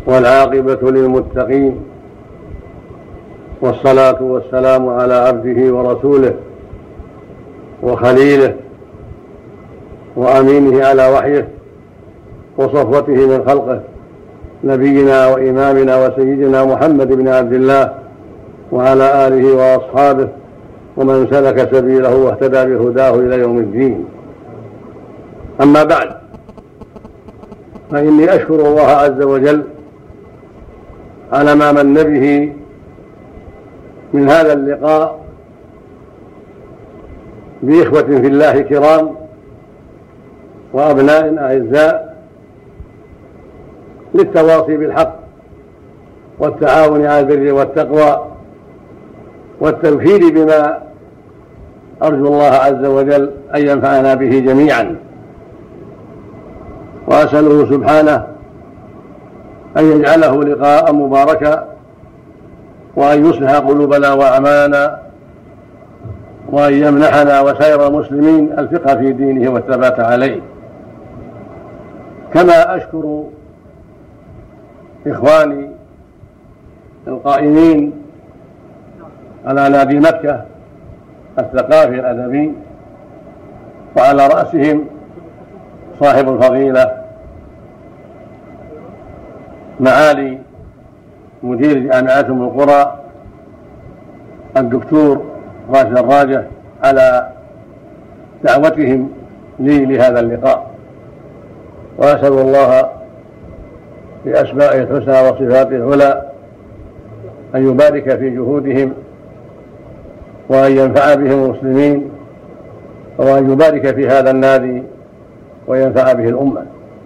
والعاقبة للمتقين، والصلاة والسلام على عبده ورسوله وخليله وأمينه على وحيه وصفوته من خلقه، نبينا وإمامنا وسيدنا محمد بن عبد الله وعلى آله وأصحابه ومن سلك سبيله واهتدى بهداه إلى يوم الدين. أما بعد، فإني أشكر الله عز وجل على ما من به من هذا اللقاء بإخوة في الله كرام وأبناء أعزاء للتواصي بالحق والتعاون على البر والتقوى والتذكير بما أرجو الله عز وجل أن ينفعنا به جميعا، وأسأله سبحانه أن يجعله لقاء مباركا، وأن يصلح قلوبنا وأعمالنا، وأن يمنحنا وسائر المسلمين الفقه في دينه والثبات عليه. كما أشكر إخواني القائمين على نادي مكة الثقافي الأدبي، وعلى رأسهم صاحب الفضيلة معالي مدير جامعة أم القرى الدكتور راشد الراجح على دعوتهم لي لهذا اللقاء، وأسأل الله بأسمائه الحسنى وصفاته العلى أن يبارك في جهودهم، وأن ينفع بهم المسلمين، وأن يبارك في هذا النادي وينفع به الأمة.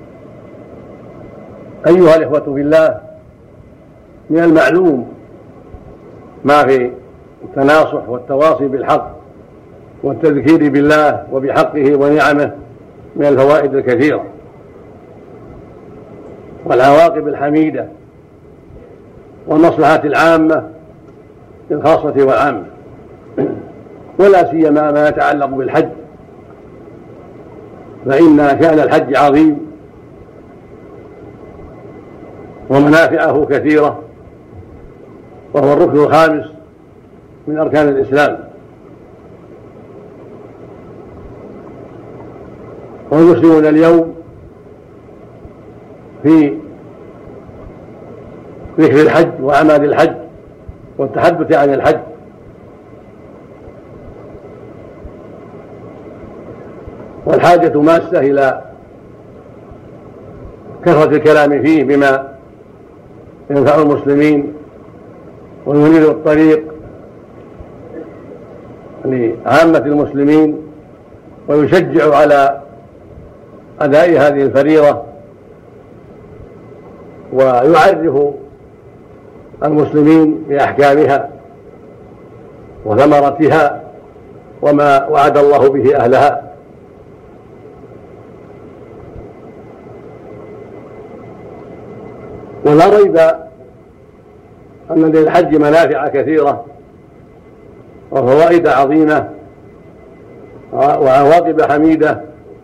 أيها الإخوة بالله، من المعلوم ما في التناصح والتواصي بالحق والتذكير بالله وبحقه ونعمه من الفوائد الكثيرة والعواقب الحميدة والمصلحة العامة للخاصة والعامة، ولا سيما ما يتعلق بالحج، فإن شأن الحج عظيم ومنافعه كثيرة، وهو الركن الخامس من أركان الإسلام، والمسلمون اليوم في ذكر الحج وأعمال الحج والتحدث عن الحج، والحاجة ماسة إلى كثرة الكلام فيه بما ينفع المسلمين وينير الطريق لعامة المسلمين، ويشجع على أداء هذه الفريضة، ويعرف المسلمين بأحكامها وثمرتها وما وعد الله به أهلها. ولا ريب أن للحج منافع كثيرة وفوائد عظيمة وعواقب حميدة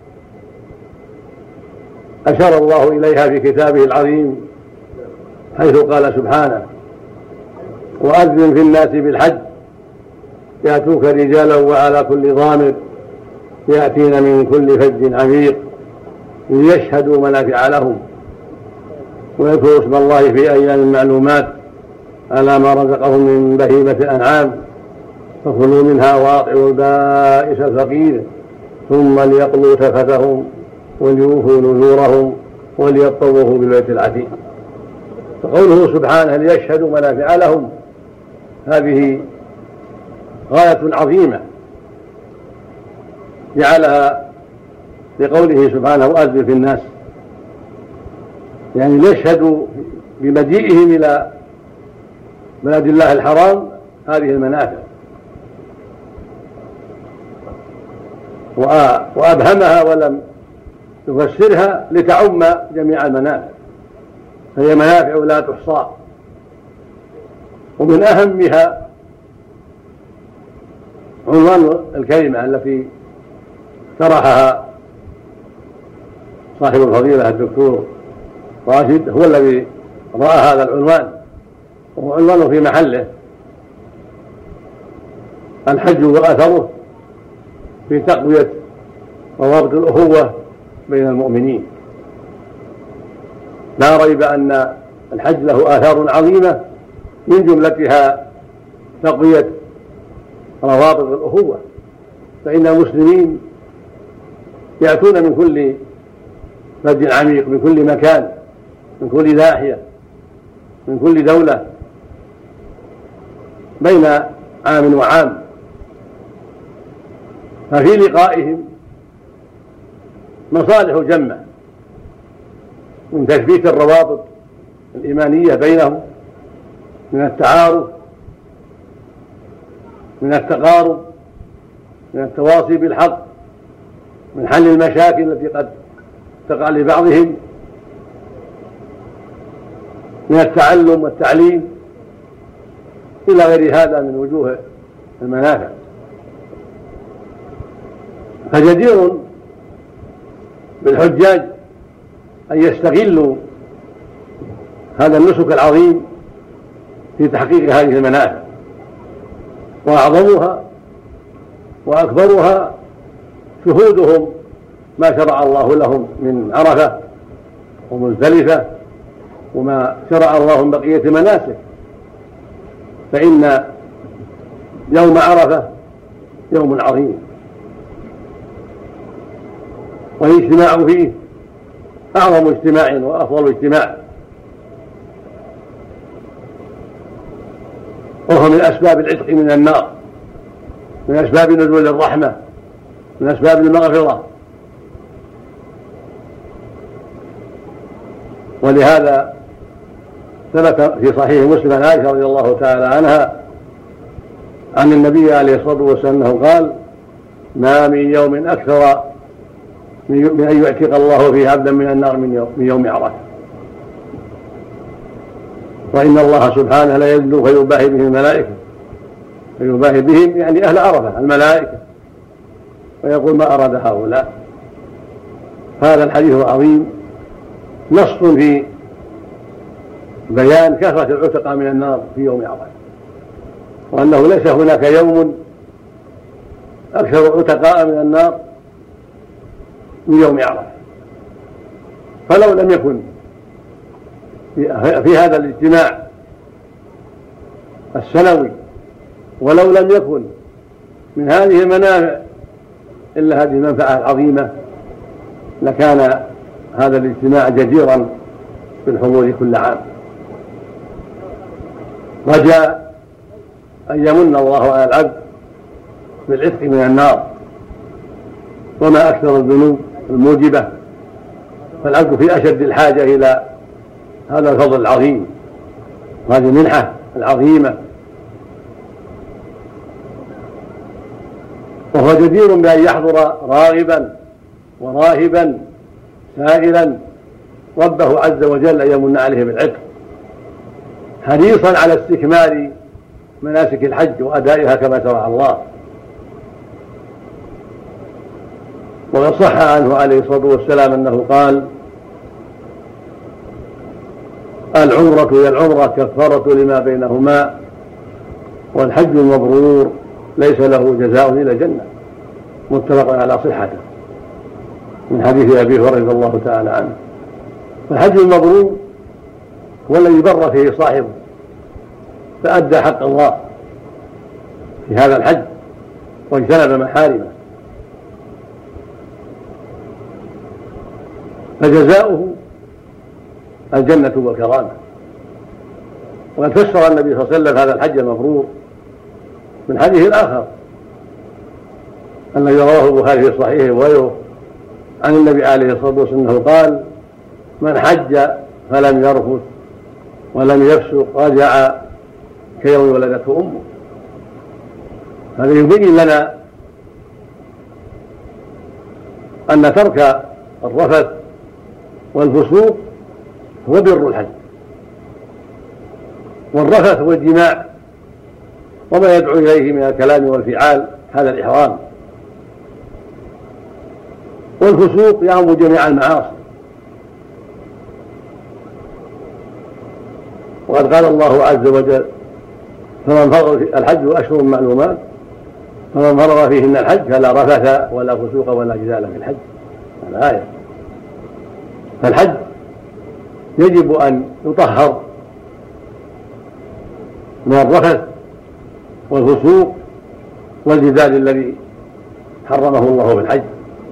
أشار الله إليها في كتابه العظيم، حيث قال سبحانه: وأذن في الناس بالحج يأتوك رجالا وعلى كل ضامر يأتين من كل فج عميق ليشهدوا منافع لهم ويذكروا اسم الله في أيام معلومات على ما رزقهم من بهيمة الأنعام فكلوا منها وأطعموا البائس الفقير ثم ليقضوا تفتهم وليوفوا نذورهم وليطوفوا بالبيت العتيق. فقوله سبحانه ليشهدوا منافع لهم هذه غاية عظيمة جعلها لقوله سبحانه وأذن في الناس، يعني ليشهدوا بمجيئهم إلى بلد الله الحرام هذه المنافع، وأبهمها ولم يفسرها لتعم جميع المنافع، فهي منافع لا تحصى. ومن أهمها عنوان الكلمة التي شرحها صاحب الفضيلة الدكتور راشد، هو الذي رأى هذا العنوان، وهو عنوان في محله: الحج وأثره في تقوية روابط الأخوة بين المؤمنين. لا ريب أن الحج له آثار عظيمة، من جملتها تقوية روابط الأخوة، فإن المسلمين يأتون من كل فج عميق، من كل مكان، من كل ناحية، من كل دولة، بين عام وعام، ففي لقائهم مصالح جمة، من تثبيت الروابط الإيمانية بينهم، من التعارف، من التقارب، من التواصي بالحق، من حل المشاكل التي قد تقع لبعضهم، من التعلم والتعليم، إلى غير هذا من وجوه المنافع. فجدير بالحجاج أن يستغلوا هذا النسك العظيم في تحقيق هذه المنافع، وأعظمها وأكبرها شهودهم ما شرع الله لهم من عرفة ومزدلفة، وما شرع الله من بقية مناسك. فإن يوم عرفة يوم عظيم، والاجتماع فيه أعظم اجتماع وأفضل اجتماع، وهو من أسباب العتق من النار، من أسباب نزول الرحمة، من أسباب المغفرة. ولهذا ثبت في صحيح مسلم عن عائشة رضي الله تعالى عنها عن النبي عليه الصلاة والسلام أنه قال: ما من يوم أكثر من أن يعتق الله فيه عبدا من النار من يوم عرفة. وإن الله سبحانه لا يدلو فيباهي بهم الملائكة، فيباهي بهم يعني أهل عرفة الملائكة، ويقول: ما أراد هؤلاء. هذا الحديث عظيم، نص في بيان كثرة العتقى من النار في يوم عرفة، وأنه ليس هناك يوم أكثر عتقاء من النار من يوم عرفة. فلو لم يكن في هذا الاجتماع السنوي، ولو لم يكن من هذه المنافع إلا هذه المنفعة العظيمة، لكان هذا الاجتماع جديرا بالحضور كل عام. رجاء أن يمن الله على العبد بالعتق من النار، وما أكثر الذنوب الموجبة، فالعبد في أشد الحاجة إلى هذا الفضل العظيم، وهذه المنحة العظيمة، وهو جدير بأن يحضر راغبا وراهبا سائلا ربه عز وجل أن يمن عليه بالعتق، حريصا على استكمال مناسك الحج وأدائها كما شرع الله. وقد صح عنه عليه الصلاة والسلام أنه قال: العمرة هي العمرة كفارة لما بينهما، والحج المبرور ليس له جزاء إلا الجنة. متفق على صحته من حديث أبي هريرة رضي الله تعالى عنه. فالحج المبرور هو الذي بر فيه صاحبه، فأدى حق الله في هذا الحج واجتنب محارمه، فجزاؤه الجنة والكرامة. وقد فسر النبي صلى الله عليه وسلم هذا الحج المبرور من حديث آخر الذي رواه البخاري في صحيحه وغيره عن النبي عليه الصلاة والسلام أنه قال: من حج فلم يرفث ولم يفسق رجع كيوم ولدته أمه. هذا يبين لنا أن ترك الرفث والفسوق هو بر الحج، والرفث هو الجماع وما يدعو إليه من الكلام والفعال، هذا الإحرام. والفسوق يعم جميع المعاصي، وقد قال الله عز وجل فمن فرض الحج أشهر معلومات فمن فرض فيهن الحج فلا رفث ولا فسوق ولا جدال في الحج. الآية. فالحج يجب أن يطهر من الرفث والفسوق والجدال الذي حرمه الله في الحج،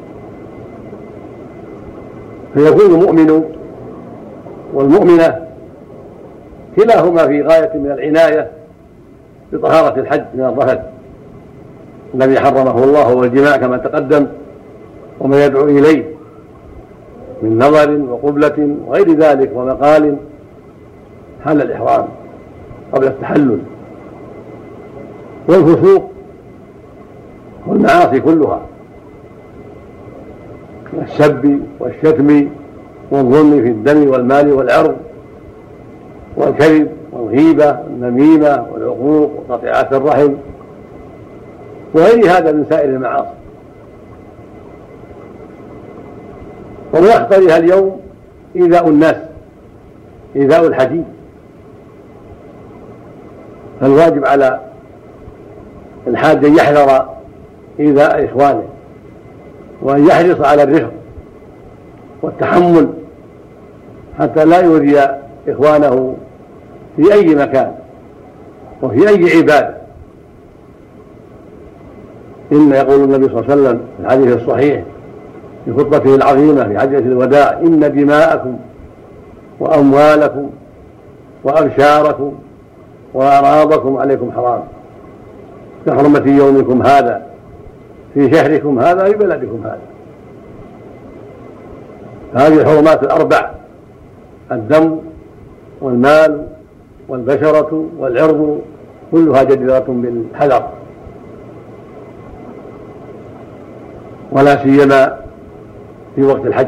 فيكون المؤمن والمؤمنة كلاهما في غاية من العناية بطهارة الحج من الرفث الذي حرمه الله والجماع كما تقدم وما يدعو إليه من نظر وقبلة وغير ذلك ومقال حال الإحرام قبل التحلل، والفسوق والمعاصي كلها السب والشتم والظلم في الدم والمال والعرض والكذب والغيبة والنميمة والعقوق وقطيعة الرحم وغير هذا من سائر المعاصي. ومن أخطرها اليوم إيذاء الناس، إيذاء الحديث. فالواجب على الحاج أن يحذر إيذاء إخوانه وأن يحرص على الرفق والتحمل حتى لا يؤذي إخوانه في أي مكان وفي أي عبادة. إن يقول النبي صلى الله عليه وسلم في الحديث الصحيح في خطبته العظيمة في حجة الوداع إن دماءكم وأموالكم وأبشاركم وأعراضكم عليكم حرام كحرمة يومكم هذا في شهركم هذا في بلدكم هذا. هذه الحرمات الأربع: الدم والمال والبشرة والعرض كلها جديرة بالحذر، ولا سيما في وقت الحج.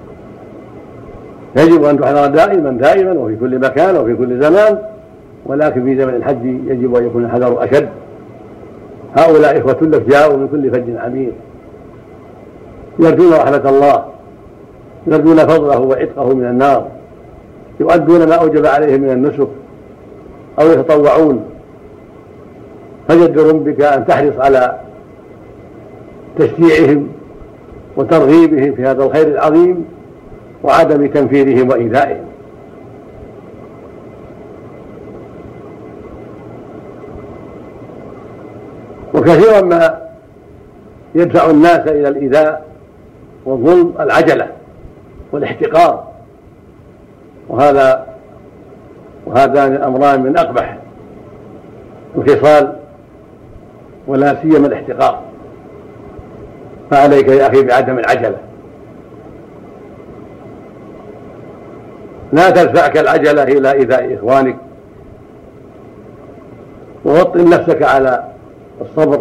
يجب أن تحذر دائما وفي كل مكان وفي كل زمان، ولكن في زمن الحج يجب أن يكون الحذر أشد. هؤلاء إخوة لك جاءوا من كل فج عميق يرجون رحمة الله، يرجون فضله وعتقه من النار، يؤدون ما أوجب عليهم من النسك أو يتطوعون، فجدر بك أن تحرص على تشجيعهم وترغيبهم في هذا الخير العظيم وعدم تنفيرهم وإيذائهم. وكثيرا ما يدفع الناس إلى الإيذاء والظلم العجلة والاحتقار، وهذان الأمران من أقبح الخصال، ولا سيما الاحتقار. فعليك يا أخي بعدم العجلة، لا تدفعك العجلة إلى إيذاء إخوانك، ووطن نفسك على الصبر،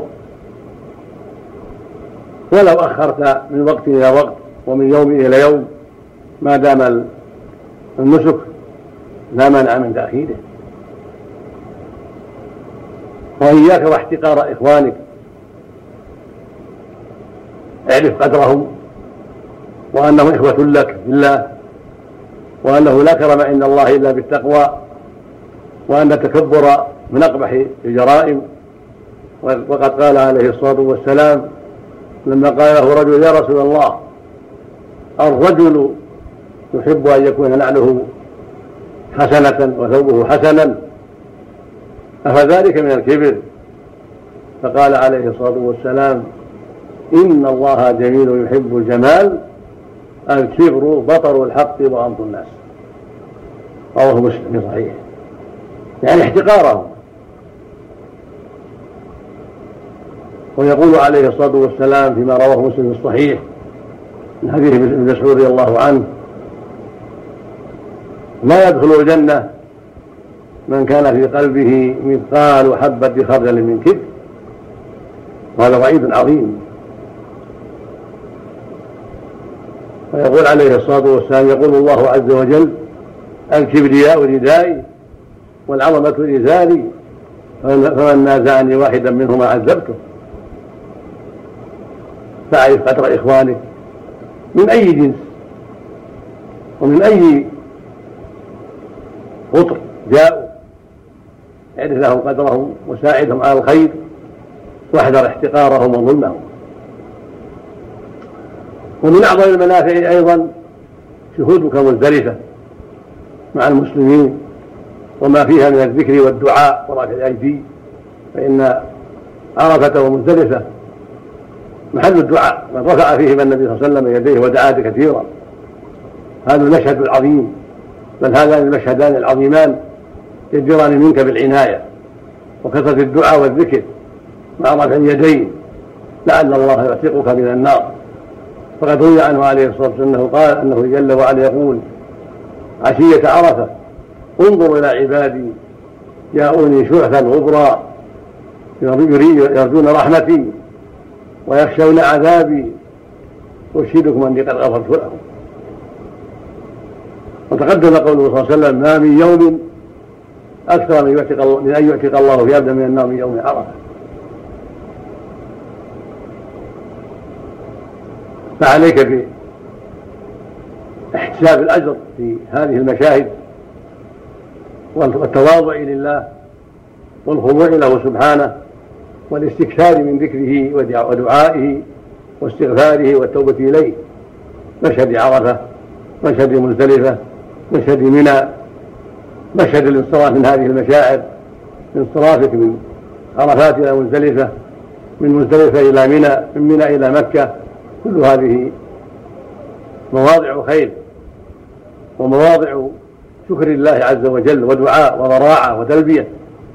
ولو أخرت من وقت إلى وقت ومن يوم إلى يوم ما دام النسك لا مانع من تأخيره. وإياك واحتقار إخوانك، اعرف قدرهم وأنهم إخوة لك بالله، وأنه لا كرم عند الله إلا بالتقوى، وأن التكبر من أقبح الجرائم. وقد قال عليه الصلاة والسلام لما قال له رجل يا رسول الله الرجل يحب أن يكون نعله حسنة وثوبه حسنا أفذلك من الكبر؟ فقال عليه الصلاة والسلام إن الله جميل يحب الجمال، الكبر بطر الحق وغمط الناس. رواه مسلم في صحيحه. يعني احتقارهم. ويقول عليه الصلاة والسلام فيما رواه مسلم في الصحيح من حديث ابن مسعود رضي الله عنه لا يدخل الجنة من كان في قلبه مثقال حبة خردل من كبر. وهذا وعيد عظيم. ويقول عليه الصلاة والسلام يقول الله عز وجل الكبرياء ردائي والعظمة إزاري فمن نازعني واحدا منهما عذبته. فاعرف قدر إخوانك من أي جنس ومن أي قطر جاءوا، اعرف لهم قدرهم وساعدهم على الخير، واحذر احتقارهم وظلمهم. ومن أعظم المنافع أيضا شهودك مزدلفة مع المسلمين وما فيها من الذكر والدعاء ورفع الأيدي، فإن عرفة ومزدلفة محل الدعاء، من رفع فيهما النبي صلى الله عليه وسلم يديه ودعا كثيرا. هذا المشهد العظيم، بل هذان المشهدان العظيمان يجران منك بالعناية وكثرة الدعاء والذكر مع رفع اليدين لعل الله يعتقك من النار. فقد روي عنه عليه الصلاة والسلام أنه قال أنه جل وعلا يقول عشية عرفة: انظروا إلى عبادي جاءوني شعثا غبرا يرجون رحمتي ويخشون عذابي أشهدكم أني قد غفرت لهم. وتقدم قوله صلى الله عليه وسلم: ما من يوم أكثر من أن يعتق الله في عبد من النار من يوم عرفة. فعليك باحتساب الأجر في هذه المشاهد والتواضع لله والخضوع له سبحانه والاستكثار من ذكره ودعائه واستغفاره والتوبة إليه. مشهد عرفة، مشهد مزدلفة، مشهد منى، مشهد الانصراف من هذه المشاعر، انصرافك من عرفات إلى مزدلفة، من مزدلفة إلى منى، من منى إلى مكة، كل هذه مواضع خير ومواضع شكر الله عز وجل ودعاء وضراعة وتلبية.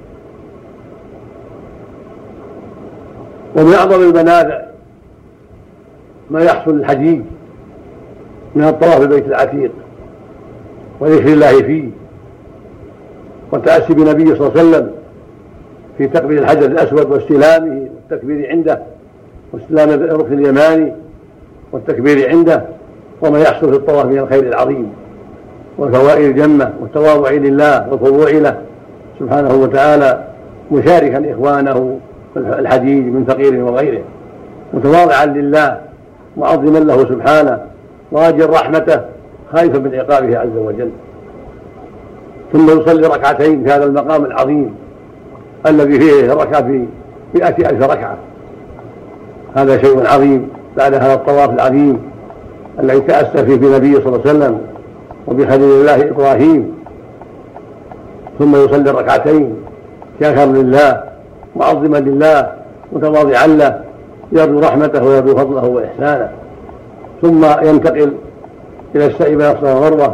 ومن أعظم المنافع ما يحصل للحجيج من الطواف بالبيت العتيق وذكر الله فيه والتأسي بالنبي صلى الله عليه وسلم في تقبيل الحجر الأسود واستلامه والتكبير عنده، واستلام الركن اليماني والتكبير عنده، وما يحصل في الطواف من الخير العظيم والفوائد الجمة والتواضع لله والخضوع له سبحانه وتعالى، مشاركا إخوانه الحجيج من فقير وغيره، متواضعا لله معظما له سبحانه، راجيا رحمته، خائفا من عقابه عز وجل. ثم يصلي ركعتين في هذا المقام العظيم الذي فيه ركعة في 100,000 ركعة. هذا شيء عظيم بعد هذا الطواف العظيم الذي تأسى فيه بالنبي صلى الله عليه وسلم وبخليل الله إبراهيم. ثم يصلي ركعتين شاكرا لله معظما لله متواضعا له، يرجو رحمته ويرجو فضله وإحسانه. ثم ينتقل إلى السعي بين الصفا والمروة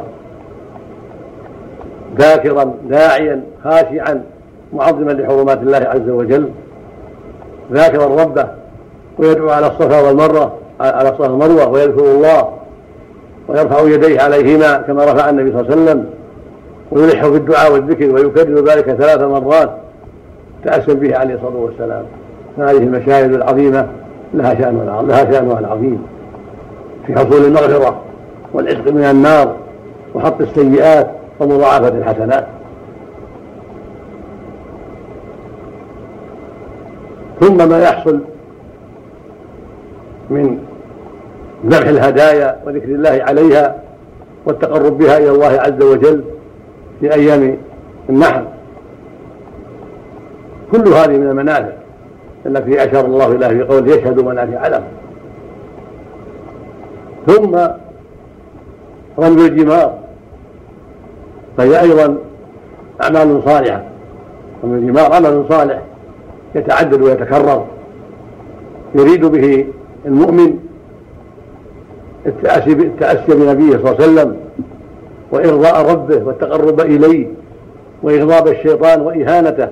ذاكرا داعيا خاشعا معظما لحرمات الله عز وجل، ذاكرا ربه ويدعو على الصفا والمروة ويذكر الله ويرفع يديه عليهما كما رفع النبي صلى الله عليه وسلم، ويلح في الدعاء والذكر ويكرر ذلك 3 مرات تأسم به عليه الصلاة والسلام. هذه المشاهد العظيمة لها شأنها العظيم في حصول المغفرة والعتق من النار وحط السيئات ومضاعفة الحسنات. ثم ما يحصل من ذبح الهدايا وذكر الله عليها والتقرب بها إلى الله عز وجل في أيام النحر، كل هذه من المنافع التي أشار الله إليها في قوله: يشهد منافع لهم. ثم رمي الجمار فهي أيضا أعمال صالحة. رمي الجمار عمل صالح يتعدد ويتكرر، يريد به المؤمن التأسي بنبيه صلى الله عليه وسلم وإرضاء ربه والتقرب إليه وإغضاب الشيطان وإهانته،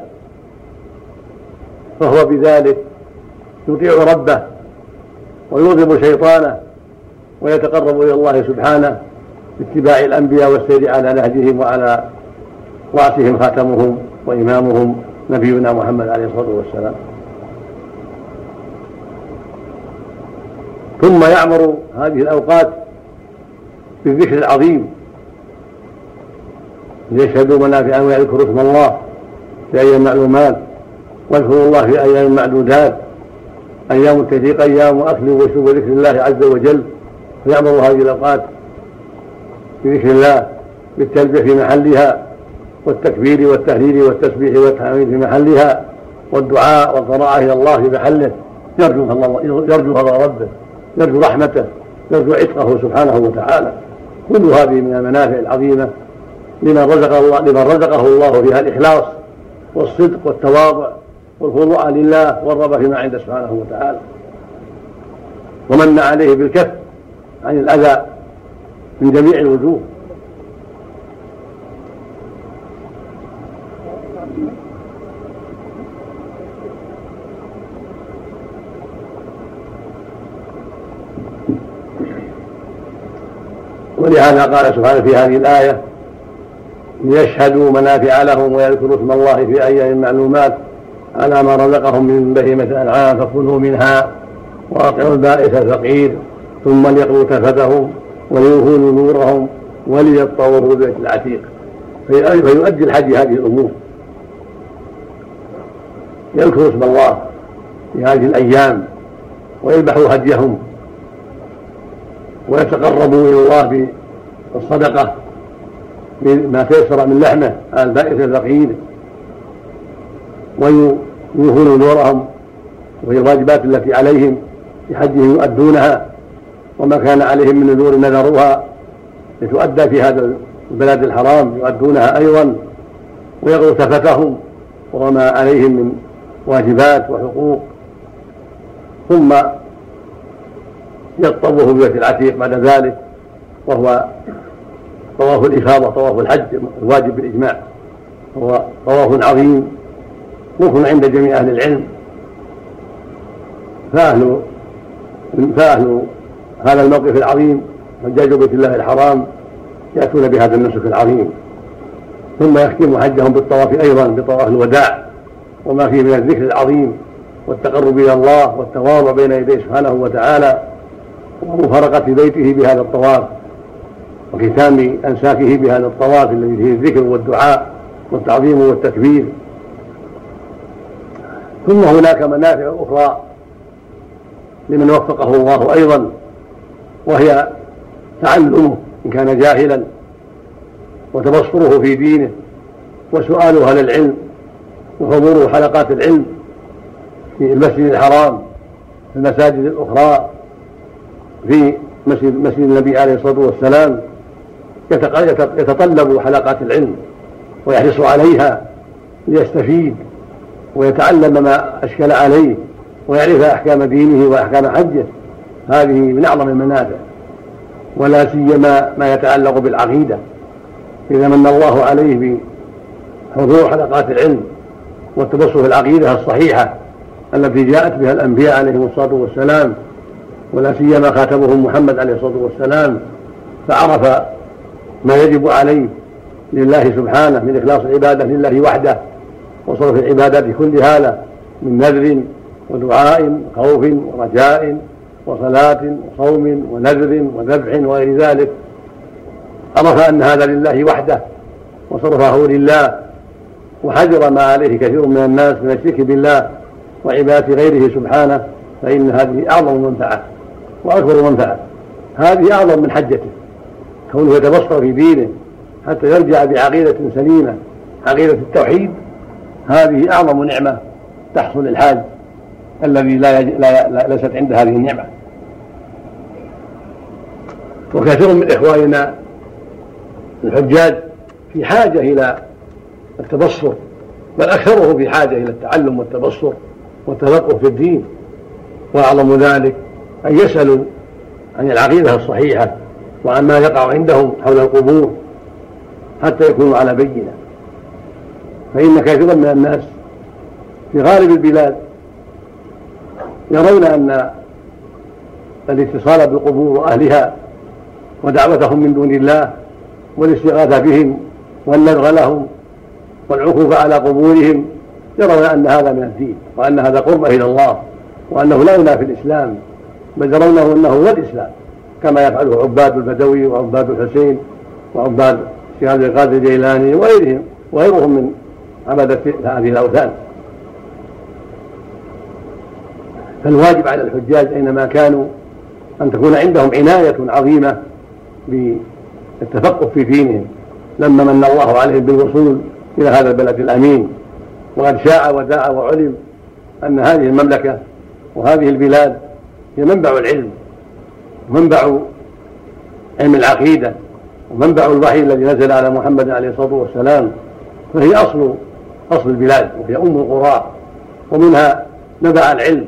فهو بذلك يطيع ربه ويغضب شيطانه ويتقرب إلى الله سبحانه باتباع الأنبياء والسير على نهجهم وعلى رأسهم خاتمهم وإمامهم نبينا محمد عليه الصلاة والسلام. ثم يعمر هذه الأوقات بالذكر العظيم، ليشهدوا منافعا ويذكروا اسم الله في أيام معلومات، واذكروا الله في أيام معدودات، أيام التشريق أيام أكل وشرب وذكر الله عز وجل. فيعمر هذه الأوقات بذكر الله بالتلبية في محلها والتكبير والتهليل والتسبيح والتحميد في محلها، والدعاء والضراعة إلى الله في محله، يرجو فضل ربه، يرجو رحمته، يرجو عتقه سبحانه وتعالى. كل هذه من المنافع العظيمة لمن رزقه الله فيها الإخلاص والصدق والتواضع والخضوع لله والرغبة فيما عنده سبحانه وتعالى، ومن عليه بالكف عن الأذى من جميع الوجوه. ولهذا قال سبحانه في هذه الآية: ليشهدوا منافع لهم ويذكروا اسم الله في أيام معلومات على ما رزقهم من بهيمة الأنعام فكلوا منها وأطعموا البائس الفقير ثم ليقضوا تفثهم وليوفوا نذورهم وليطوفوا بالبيت العتيق. فيؤدي الحج هذه الأمور، يذكروا اسم الله في هذه الأيام ويذبحوا هديهم ويتقربوا إلى الله بالصدقة بما تيسر من لحمه على البائس الفقير، ويوفون نذورهم وهي الواجبات التي عليهم في حجهم يؤدونها، وما كان عليهم من نذور نذروها لتؤدى في هذا البلد الحرام يؤدونها أيضا، ويقضوا تفتهم وما عليهم من واجبات وحقوق، ثم يطوفوا ببيت العتيق بعد ذلك، وهو طواف الإفاضة، طواف الحج الواجب بالإجماع، هو طواف عظيم ركن عند جميع أهل العلم. فأهل هذا الموقف العظيم حجاج بيت الله الحرام يأتون بهذا النسك العظيم، ثم يختم حجهم بالطواف أيضا بطواف الوداع، وما فيه من الذكر العظيم والتقرب إلى الله والتواضع بين يديه سبحانه وتعالى، ومفارقة بيته بهذا الطواف، وختام أنساكه بهذا الطواف الذي فيه الذكر والدعاء والتعظيم والتكبير. ثم هناك منافع أخرى لمن وفقه الله أيضا، وهي تعلمه إن كان جاهلا، وتبصره في دينه، وسؤاله أهل العلم، وحضوره حلقات العلم في المسجد الحرام، في المساجد الأخرى، في مسجد النبي عليه الصلاة والسلام، يتطلب حلقات العلم ويحرص عليها ليستفيد ويتعلم ما أشكل عليه ويعرف أحكام دينه وأحكام حجه. هذه من أعظم المنافع، ولا سيما ما يتعلق بالعقيدة، إذا من الله عليه بحضور حلقات العلم والتبصر في العقيدة الصحيحة التي جاءت بها الأنبياء عليهم الصلاة والسلام، ولا سيما خاتمهم محمد عليه الصلاة والسلام، فعرف ما يجب عليه لله سبحانه من إخلاص العبادة لله وحده، وصرف العبادات كلها له من نذر ودعاء خوف ورجاء وصلاة وصوم ونذر وذبح وغير ذلك. عرف أن هذا لله وحده وصرفه لله، وحذر ما عليه كثير من الناس من الشرك بالله وعبادة غيره سبحانه، فإن هذه أعظم منفعة وأكبر منفعة. هذه أعظم من حجته، كونه يتبصر في دينه حتى يرجع بعقيدة سليمة، عقيدة التوحيد. هذه أعظم نعمة تحصل للحاج الذي ليست عنده هذه النعمة. وكثير من إخواننا الحجاج في حاجة إلى التبصر، بل أكثره في حاجة إلى التعلم والتبصر والتفقه في الدين، وأعظم ذلك أن يسألوا عن العقيدة الصحيحة وعن ما يقع عندهم حول القبور حتى يكونوا على بينة. فإن كثيرا من الناس في غالب البلاد يرون أن الاتصال بالقبور وأهلها ودعوتهم من دون الله والاستغاثة بهم والنذر لهم والعكوف على قبورهم، يرون أن هذا من الدين وأن هذا قرب إلى الله، وأنه لا ينافي الإسلام، بل يرونه أنه هو الإسلام، كما يفعله عباد البدوي وعباد الحسين وعباد الشيخ عبد القادر الجيلاني وغيرهم من عبادة هذه الأوثان. فالواجب على الحجاج أينما كانوا أن تكون عندهم عناية عظيمة بالتفقه في دينهم لما من الله عليهم بالوصول إلى هذا البلد الأمين. وقد شاع وداع وعلم أن هذه المملكة وهذه البلاد هي منبع العلم ومنبع علم العقيدة ومنبع الوحي الذي نزل على محمد عليه الصلاة والسلام، فهي أصل البلاد وهي أم القرى، ومنها نبع العلم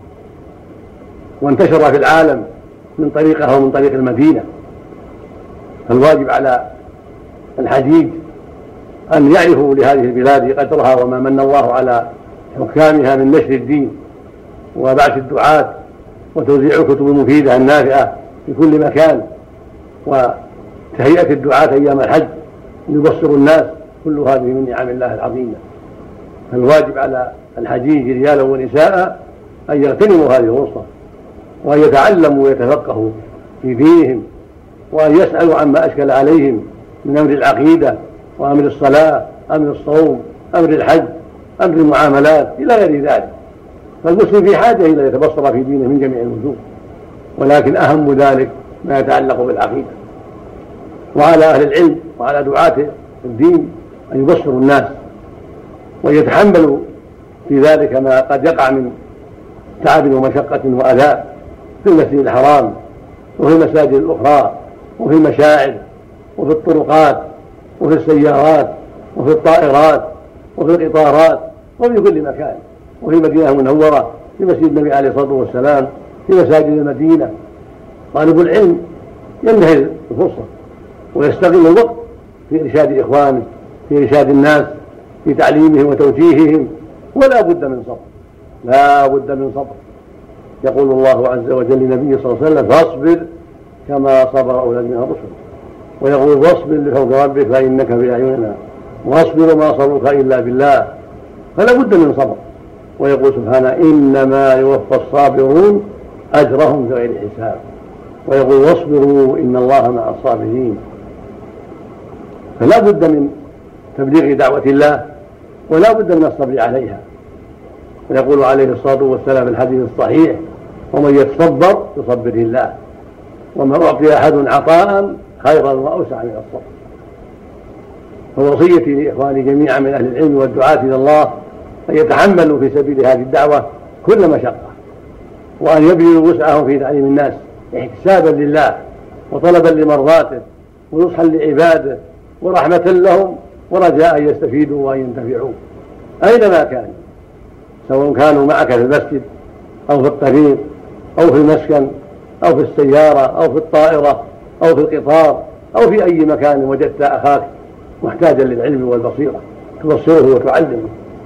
وانتشر في العالم من طريقها ومن طريق المدينة. فالواجب على الحجيج أن يعرفوا لهذه البلاد قدرها وما من الله على حكامها من نشر الدين وبعث الدعاة وتوزيع الكتب المفيدة النافعة في كل مكان وتهيئة الدعاة أيام الحج ليبصروا الناس. كل هذه من نعم الله العظيمة. فالواجب على الحجيج رجالا ونساء أن يغتنموا هذه الفرصة وأن يتعلموا ويتفقهوا في دينهم وأن يسألوا عما أشكل عليهم من أمر العقيدة وأمر الصلاة، أمر الصوم، أمر الحج، أمر المعاملات إلى غير ذلك. فالمسلم في حاجة إلى يتبصر في دينه من جميع الوجوه، ولكن أهم ذلك ما يتعلق بالعقيدة. وعلى أهل العلم وعلى دعاة الدين أن يبصروا الناس ويتحملوا في ذلك ما قد يقع من تعب ومشقة وأذى في المسجد الحرام وفي المساجد الأخرى وفي المشاعر وفي الطرقات وفي السيارات وفي الطائرات وفي القطارات وفي كل مكان، وفي المدينة المنورة في مسجد النبي عليه الصلاة والسلام في مساجد المدينة. طالب العلم ينتهز الفرصة ويستغل الوقت في إرشاد إخوانه، في إرشاد الناس، في تعليمهم وتوجيههم، ولا بد من صبر، لا بد من صبر. يقول الله عز وجل للنبي صلى الله عليه وسلم: فاصبر كما صبر أولى من الرسل. ويقول: واصبر لحكم ربك فإنك بأعيننا واصبر ما صبرك إلا بالله. فلا بد من صبر. ويقول سبحانه: إنما يوفى الصابرون أجرهم بغير حساب. ويقول: واصبروا إن الله مع الصابرين. فلا بد من تبليغ دعوة الله ولا بد من الصبر عليها. ويقول عليه الصلاة والسلام في الحديث الصحيح: ومن يتصبر يصبره الله، وما أعطي أحد عطاء خيرا وأوسع من الصبر. فوصيتي لإخواني جميعا من أهل العلم والدعاة إلى الله أن يتحملوا في سبيل هذه الدعوة كل مشقة، وأن يبذلوا وسعهم في تعليم الناس احتسابا لله وطلبا لمرضاته ونصحا لعباده ورحمة لهم ورجاء أن يستفيدوا وأن ينتفعوا أينما كانوا، سواء كانوا معك في المسجد أو في الطريق أو في المسكن أو في السيارة أو في الطائرة أو في القطار أو في أي مكان وجدت أخاك محتاجا للعلم والبصيرة تبصره وتعلمه.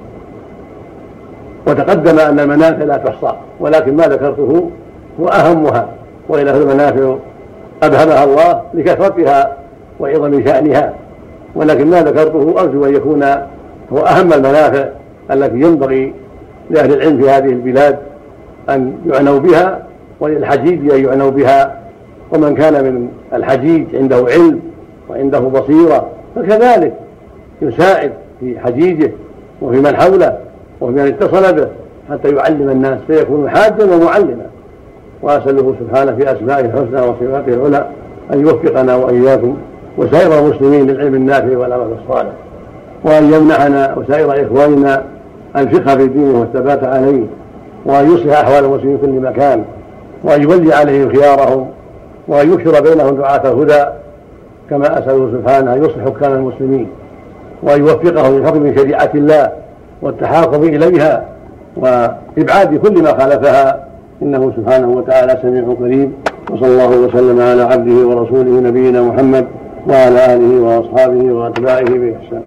وتقدم أن المنافع لا تحصى، ولكن ما ذكرته هو أهمها، وإلى المنافع أبهمها الله لكثرتها وعظم شأنها، ولكن ما ذكرته أرجو أن يكون هو أهم المنافع التي ينبغي لأهل العلم في هذه البلاد أن يعنوا بها، وللحجيج أن يعنوا بها. ومن كان من الحجيج عنده علم وعنده بصيرة فكذلك يساعد في حجيجه وفي من حوله وفي من اتصل به حتى يعلم الناس فيكون حاجا ومعلما. وأسأله سبحانه في أسمائه الحسنى وصفاته العلى أن يوفقنا وإياكم وسائر المسلمين للعلم النافع والعمل الصالح، وأن يمنحنا وسائر إخواننا الفقه في دينه والثبات عليه، وأن يصلح أحوال المسلمين في كل مكان، وأن يولي عليهم خيارهم، وأن يكثر بينهم دعاة الهدى، كما أسأله سبحانه أن يصلح حكام المسلمين وأن يوفقهم لحكم شريعة الله والتحاكم إليها وإبعاد كل ما خالفها، إنه سبحانه وتعالى سميع قريب. وصلى الله وسلم على عبده ورسوله نبينا محمد وعلى آله وأصحابه وأتباعه بإحسان.